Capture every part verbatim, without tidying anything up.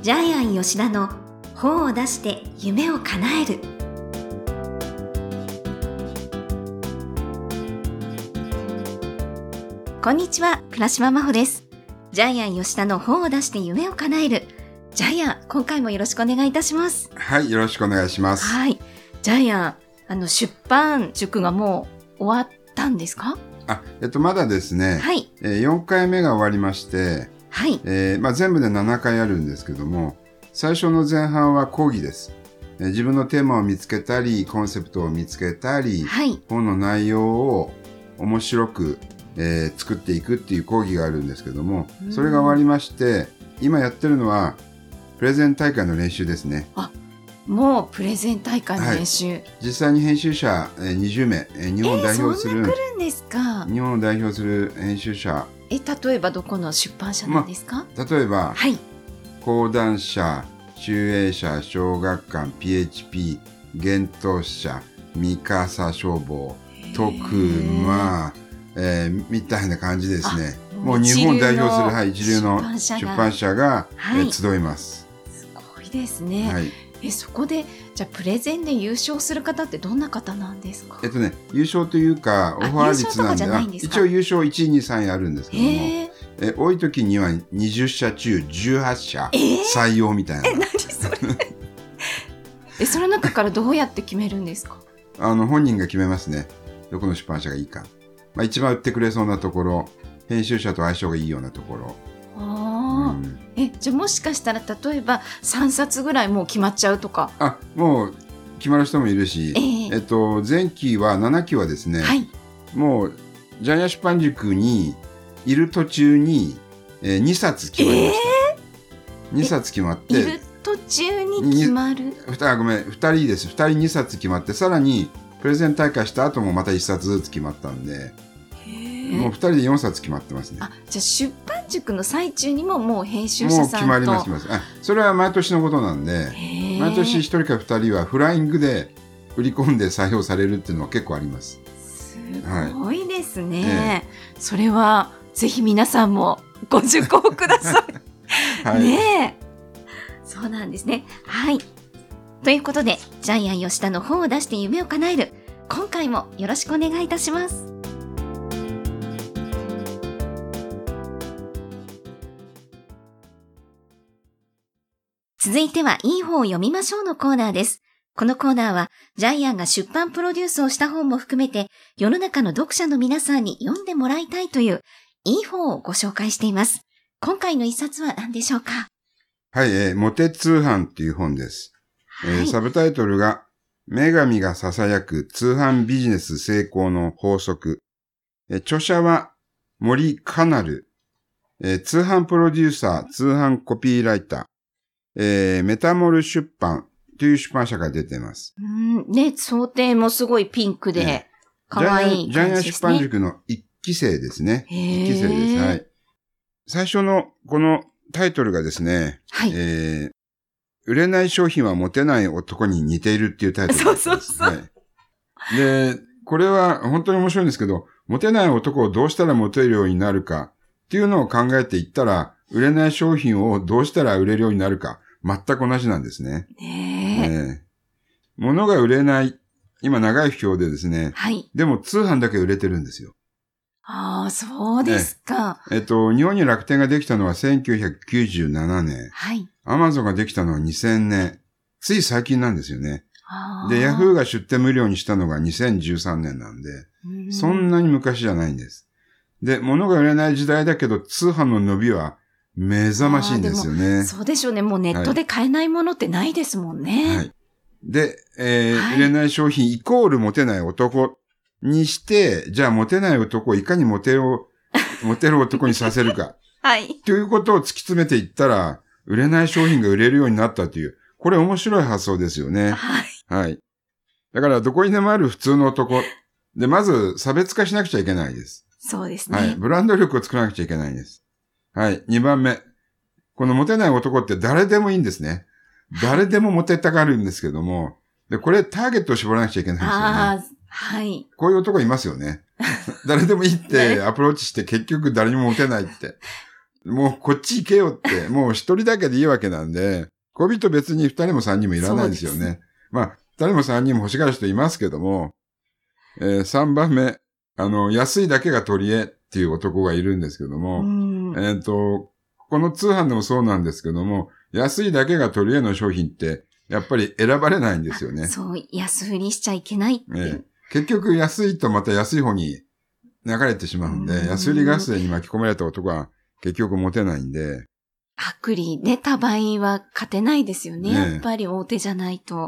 ジャイアン吉田の本を出して夢を叶える。こんにちは、倉島真帆です。ジャイアン吉田の本を出して夢を叶える。ジャイアン、今回もよろしくお願いいたします。 はい、よろしくお願いします。 はい、ジャイアン、あの出版塾がもう終わったんですか？ あ、えっとまだですね。 はい。 えー、よんかいめが終わりまして、 はい。 えー、まあ全部でななかいあるんですけども、最初の前半は講義です。えー、自分のテーマを見つけたり、コンセプトを見つけたり、 はい、 本の内容を面白く、えー、作っていくっていう講義があるんですけども、それが終わりまして、今やってるのはプレゼン大会の練習ですね。 あ、もうプレゼン大会の練習。はい、 実際に編集者にじゅうめい、日本を代表する、 えー、そんな来るんですか？ 日本を代表する編集者。 え、例えばどこの出版社なんですか？ ま、例えば、 はい、 講談社、集英社、小学館、ピーエイチピー、幻冬社、三笠書房、徳間、えー、みたいな感じですね。もう日本を代表する、はい、一流の出版社が、はい、えー、集います。 すごいですね。はい、えそこでじゃあプレゼンで優勝する方ってどんな方なんですか？ えっとね、優勝というかオファー率なんで、なんで一応優勝いちいにさんいあるんですけども、え多い時にはにじゅっしゃ中じゅうはっしゃ採用みたいな。 えー、え何それえその中からどうやって決めるんですか？ あの本人が決めますね。どこの出版社がいいか、まあ、一番売ってくれそうなところ、編集者と相性がいいようなところ。 あ、うん、えじゃあもしかしたら例えばさんさつぐらいもう決まっちゃうとか？ あ、もう決まる人もいるし、えーえっと、前期はななきはですね、はい、もうジャイアン出版塾にいる途中に、えー、にさつ決まりました。えー、にさつ決まっている途中に決まるあごめんふたりですふたりにさつ決まって、さらにプレゼン大会した後もまたいっさつずつ決まったんで、もうふたりでよんさつ決まってますね。 あ、じゃあ出版塾の最中にももう編集者さんともう決まります決まります。あ、それは毎年のことなんで、毎年ひとりかふたりはフライングで売り込んで採用されるっていうのは結構あります。 すごいですね。はい、それはぜひ皆さんもご受講ください。はい、ねえ。そうなんですね。はい。ということで、ジャイアン吉田の本を出して夢を叶える。今回もよろしくお願いいたします。続いては、いい本を読みましょうのコーナーです。このコーナーは、ジャイアンが出版プロデュースをした本も含めて、世の中の読者の皆さんに読んでもらいたいという、いい本をご紹介しています。今回の一冊は何でしょうか？ はい、えー、モテ通販っていう本です。はい、えー、サブタイトルが、女神が囁く通販ビジネス成功の法則。えー、著者は森かなる、えー、通販プロデューサー、通販コピーライター、えー、メタモル出版という出版社が出ています。 うんね、想定もすごいピンクで、かわいいジャイアン出版塾の一期生ですね。一期生です。はい。最初のこのタイトルがですね、はい、えー、売れない商品はモテない男に似ているっていうタイトルです。 そうそうそう。はい、 で、これは本当に面白いんですけど、モテない男をどうしたらモテるようになるかっていうのを考えていったら、売れない商品をどうしたら売れるようになるか、全く同じなんですね。 ねえ。 ねえ。物が売れない、今長い不況でですね。はい。でも通販だけ売れてるんですよ。 ああ、そうですか。 えっと、日本に楽天ができたのはせんきゅうひゃくきゅうじゅうななねん。はい。アマゾンができたのはにせんねん。つい最近なんですよね。で、ヤフーが出店無料にしたのがにせんじゅうさんねんなんで、んそんなに昔じゃないんです。で、物が売れない時代だけど、通販の伸びは目覚ましいんですよね。 そうでしょうね。もうネットで買えないものってないですもんね。はい。 で、えーはい、売れない商品イコールモテない男にして、じゃあモテない男をいかにモテを、モテる男にさせるか。はい。ということを突き詰めていったら、売れない商品が売れるようになったという、これ面白い発想ですよね。はい。はい。だからどこにでもある普通の男。で、まず差別化しなくちゃいけないです。 そうですね。 はい。ブランド力を作らなくちゃいけないんです。はい。にばんめ。このモテない男って誰でもいいんですね。誰でもモテたがるんですけども、で、これターゲットを絞らなくちゃいけないんですよね。ああ、はい。こういう男いますよね。誰でもいいってアプローチして結局誰にもモテないって。 もうこっち行けよって、もう一人だけでいいわけなんで、恋人別に二人も三人もいらないですよね。まあ、二人も三人も欲しがる人いますけども、えー、三番目、あの、安いだけが取り柄っていう男がいるんですけども、えっと、この通販でもそうなんですけども、安いだけが取り柄の商品って、やっぱり選ばれないんですよね。 そう、安売りしちゃいけないっていう、 えー。結局安いとまた安い方に流れてしまうんで、ん安売り合戦に巻き込まれた男は結局モテないんで。 薄利ね、多倍は勝てないですよね。ねやっぱり大手じゃないと。はい、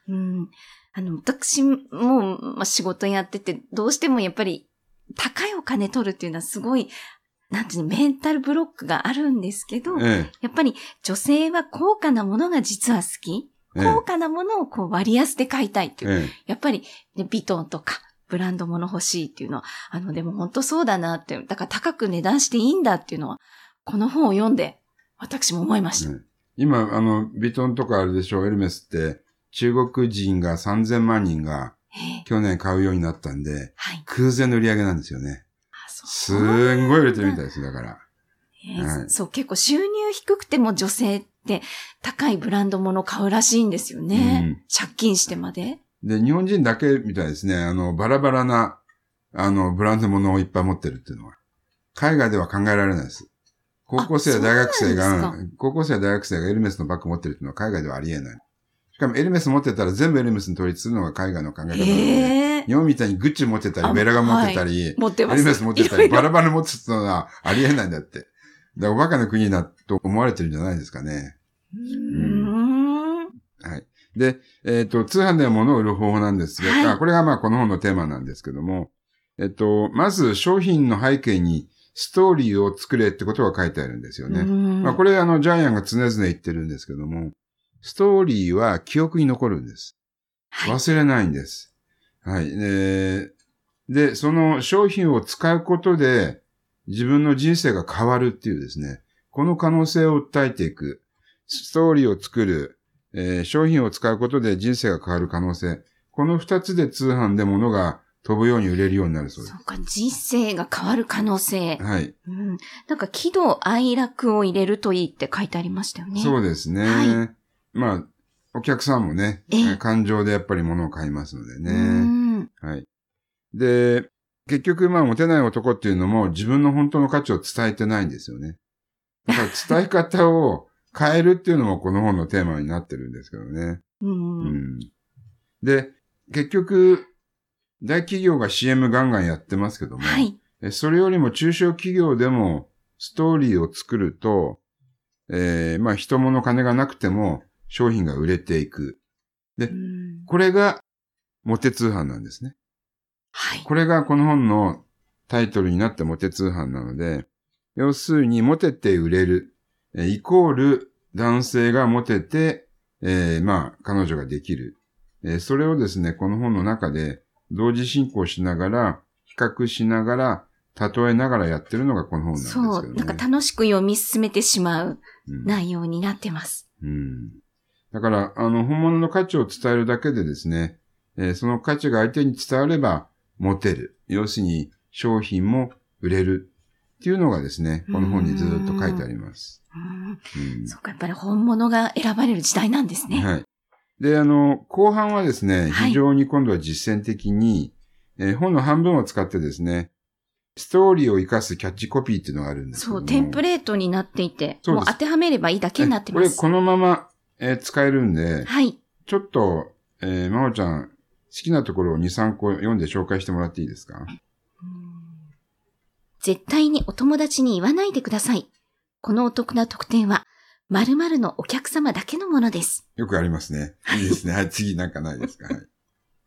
うん、あの、私も、まあ、仕事やってて、どうしてもやっぱり高いお金取るっていうのはすごい、なんていうの、メンタルブロックがあるんですけど、ええ、やっぱり女性は高価なものが実は好き。高価なものをこう割安で買いたいっていう。ええ、やっぱり、ね、ビトンとかブランド物欲しいっていうのは、あの、でも本当そうだなって、だから高く値段していいんだっていうのは、この本を読んで、私も思いました。 ええ、今、あの、ビトンとかあれでしょ、エルメスって、中国人がさんぜんまんにんが去年買うようになったんで、はい、空前の売り上げなんですよね。あ、そうすんごい売れてるみたいです、だから。 えーはい、そう、結構収入低くても女性って高いブランド物を買うらしいんですよね。うん、借金してまで。 で、日本人だけみたいですね。あの、バラバラな、あの、ブランド物をいっぱい持ってるっていうのは。海外では考えられないです。高校生や大学生が、高校生や大学生がエルメスのバッグ持ってるっていうのは海外ではありえない。しかもエルメス持ってたら全部エルメスに統一するのが海外の考え方なので、えー、日本みたいにグッチ持ってたり、ベラガ持ってたり、はい、エルメス持ってたり、バラバラ持ってたのはありえないんだって。だからおバカな国だと思われてるんじゃないですかね。うーん、はい。で、えっと、通販では物を売る方法なんですが、はい、これがまあこの本のテーマなんですけども、えっと、まず商品の背景にストーリーを作れってことが書いてあるんですよね。まあこれあのジャイアンが常々言ってるんですけども、ストーリーは記憶に残るんです。忘れないんです。はい。えー、で、その商品を使うことで自分の人生が変わるっていうですね、この可能性を訴えていく。ストーリーを作る、えー、商品を使うことで人生が変わる可能性。この二つで通販で物が飛ぶように売れるようになるそうです。 そうか、人生が変わる可能性。 はい。 うん。なんか、喜怒哀楽を入れるといいって書いてありましたよね。 そうですね。はい。まあ、お客さんもね、感情でやっぱり物を買いますのでね。うん。はい。で、結局、まあ、モテない男っていうのも自分の本当の価値を伝えてないんですよね。だから伝え方を変えるっていうのもこの本のテーマになってるんですけどね。うん。うん、で、結局、大企業が シーエム ガンガンやってますけども、はい、それよりも中小企業でもストーリーを作ると、えー、まあ人物金がなくても商品が売れていく。で、これがモテ通販なんですね。はい。これがこの本のタイトルになってモテ通販なので、要するにモテて売れる、えー、イコール男性がモテて、えー、まあ彼女ができる、えー。それをですね、この本の中で同時進行しながら、比較しながら、例えながらやってるのがこの本なんですけどね。そう、 なんか楽しく読み進めてしまう内容になってます。 うん。うん、だから、あの、本物の価値を伝えるだけでですね、えー、その価値が相手に伝われば、モテる。要するに、商品も売れる。っていうのがですね、この本にずっと書いてあります。 うん。うん、そうか、やっぱり本物が選ばれる時代なんですね。 はい。で、あの、後半はですね、非常に今度は実践的に、はい、えー、本の半分を使ってですね、ストーリーを活かすキャッチコピーっていうのがあるんですけども。 そう、テンプレートになっていて、もう当てはめればいいだけになってます。 これこのまま、えー、使えるんで、はい。ちょっと、えー、まおちゃん、好きなところをに、さんこ読んで紹介してもらっていいですか？うん、 絶対にお友達に言わないでください。このお得な特典は、〇〇のお客様だけのものです。 よくありますね。いいですね。はい、次なんかないですか？はい。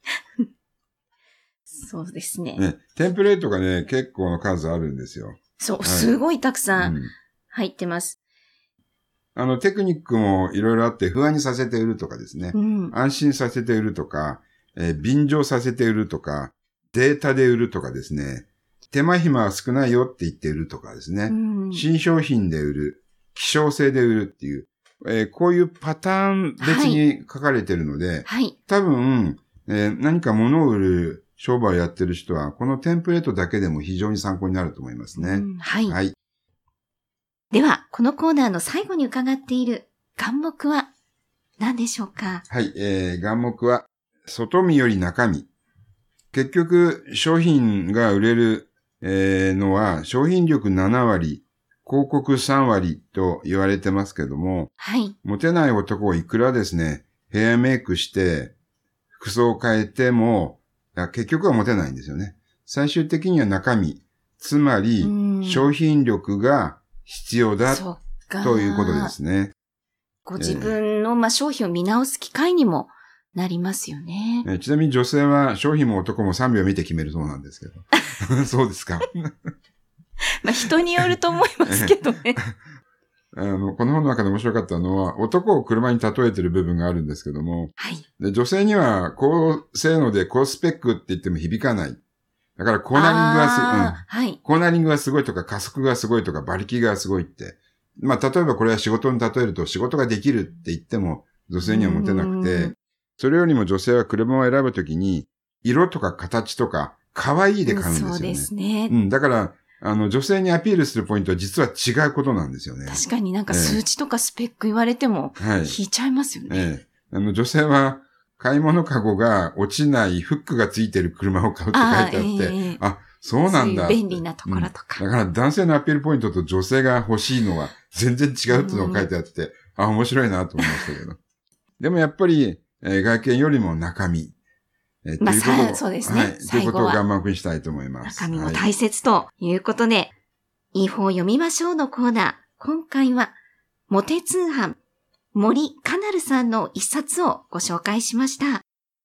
そうですね。 ね、テンプレートがね、結構の数あるんですよ。 そう、はい、すごいたくさん入ってます。 うん、あの、テクニックもいろいろあって、不安にさせて売るとかですね。うん、安心させて売るとか、えー、便乗させて売るとか、データで売るとかですね。手間暇は少ないよって言って売るとかですね。うん、新商品で売る。希少性で売るっていう、えー、こういうパターン別に書かれてるので、はい、多分、えー、何か物を売る商売をやってる人は、このテンプレートだけでも非常に参考になると思いますね。うん、はい。はい。 では、このコーナーの最後に伺っている眼目は何でしょうか？ はい、えー、眼目は、外見より中身。結局、商品が売れる、えー、のは、商品力ななわり、広告さんわりと言われてますけども、 はい。 モテない男をいくらですね、ヘアメイクして、服装を変えても、結局はモテないんですよね。最終的には中身、つまり、商品力が必要だ、ということですね。 ご自分の、まあ、商品を見直す機会にもなりますよね。 えちなみに女性は商品も男もさんびょう見て決めるそうなんですけど。そうですか。 まあ人によると思いますけどね。 あの、この本の中で面白かったのは、男を車に例えてる部分があるんですけども、 はい。 で女性には高性能で高スペックって言っても響かない。だからコーナリングがすごい、うん、はい。コーナリングがすごいとか加速がすごいとか馬力がすごいって。まあ例えばこれは仕事に例えると仕事ができるって言っても女性にはモテなくて、それよりも女性は車を選ぶときに色とか形とか可愛いで買うんですよね。そうですね。うん。だから、あの、女性にアピールするポイントは実は違うことなんですよね。 確かになんか数値とかスペック言われても、引いちゃいますよね。 ええ。あの、女性は買い物カゴが落ちないフックがついてる車を買うって書いてあって、あ、えー、あ、そうなんだ。 そういう便利なところとか、 うん。だから男性のアピールポイントと女性が欲しいのは全然違うっていうのが書いてあって、うん、あ、面白いなと思いましたけど。でもやっぱり、えー、外見よりも中身。 えー、まあ、ということをそうですね。 はい。ということを眼目にしたいと思います。 中身も大切ということで、はい、いい本を読みましょうのコーナー。今回は、モテ通販、森かなるさんの一冊をご紹介しました。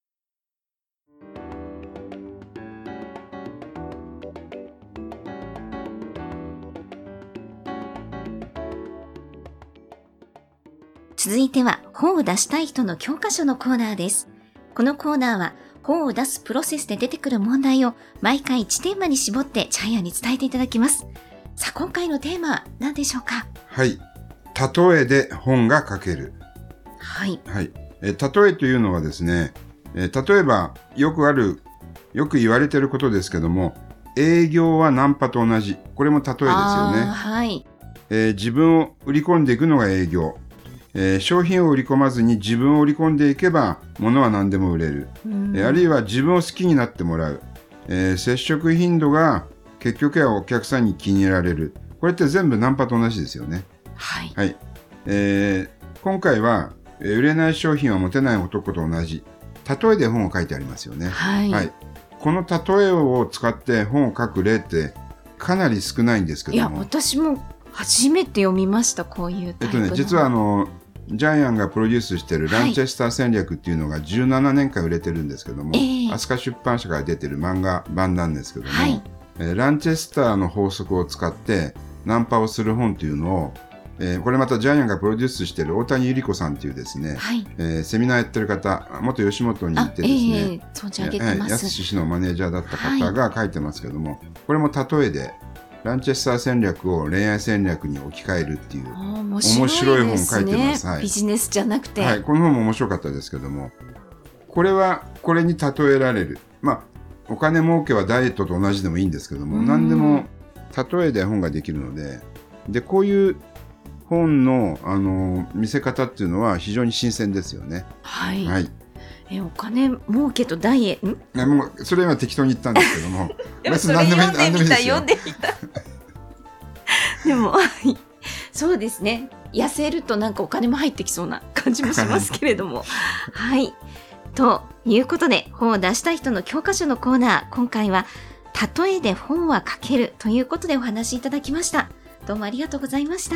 続いては、本を出したい人の教科書のコーナーです。このコーナーは、本を出すプロセスで出てくる問題を毎回いちテーマに絞ってジャイアンに伝えていただきます。さあ、今回のテーマは何でしょうか？ はい。例えで本が書ける。 はい。 はい。え、例えというのはですね、え、例えば、よくある、よく言われていることですけども、営業はナンパと同じ。これも例えですよね。 はい。 えー、自分を売り込んでいくのが営業。えー、商品を売り込まずに自分を売り込んでいけば物は何でも売れる、えー、あるいは自分を好きになってもらう、えー、接触頻度が結局はお客さんに気に入られる。これって全部ナンパと同じですよね。 はい、 はいえー、今回は、えー、売れない商品はモテない男と同じ例えで本を書いてありますよね。 はいはい、 この例えを使って本を書く例ってかなり少ないんですけども。 いや私も初めて読みました。こういうタイプの、 えっとね、実はあのジャイアンがプロデュースしているランチェスター戦略っていうのがじゅうななねんかん売れてるんですけども、はい、飛鳥出版社から出てる漫画版なんですけども、はい、えー、ランチェスターの法則を使ってナンパをする本っていうのを、えー、これまたジャイアンがプロデュースしている大谷百合子さんっていうですね、はい、えー、セミナーやってる方、元吉本に行ってですね、えー、 存じ上げてます。 やすし氏のマネージャーだった方が書いてますけども、はい、これも例えでランチェスター戦略を恋愛戦略に置き換えるっていう面白い本を書いてます。はい、 ビジネスじゃなくて、 はい、この本も面白かったですけども、これはこれに例えられる。まあお金儲けはダイエットと同じでもいいんですけども、何でも例えで本ができるので、でこういう本のあの見せ方っていうのは非常に新鮮ですよね。 はい。はい、えお金儲けとダイエット、 もうそれは適当に言ったんですけども。 でもそれ読んでみた読んでみた。でもそうですね。痩せるとなんかお金も入ってきそうな感じもしますけれども。はい。ということで本を出したい人の教科書のコーナー、今回は例えで本は書けるということでお話しいただきました。どうもありがとうございました。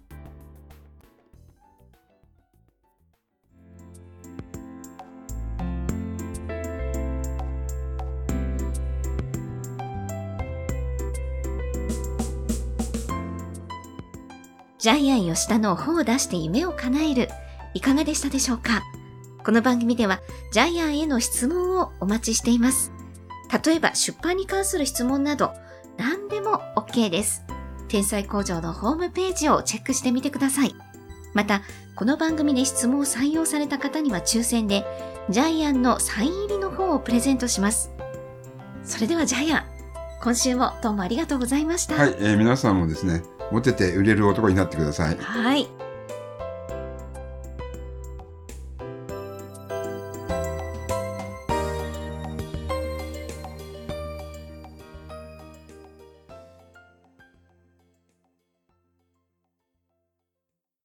ジャイアン吉田の本を出して夢を叶える、いかがでしたでしょうか？この番組ではジャイアンへの質問をお待ちしています。例えば出版に関する質問など何でも OK です。天才工場のホームページをチェックしてみてください。またこの番組で質問を採用された方には抽選でジャイアンのサイン入りの本をプレゼントします。それではジャイアン、今週もどうもありがとうございました。 はい、えー、皆さんもですね、 モテて売れる男になってください。 はい。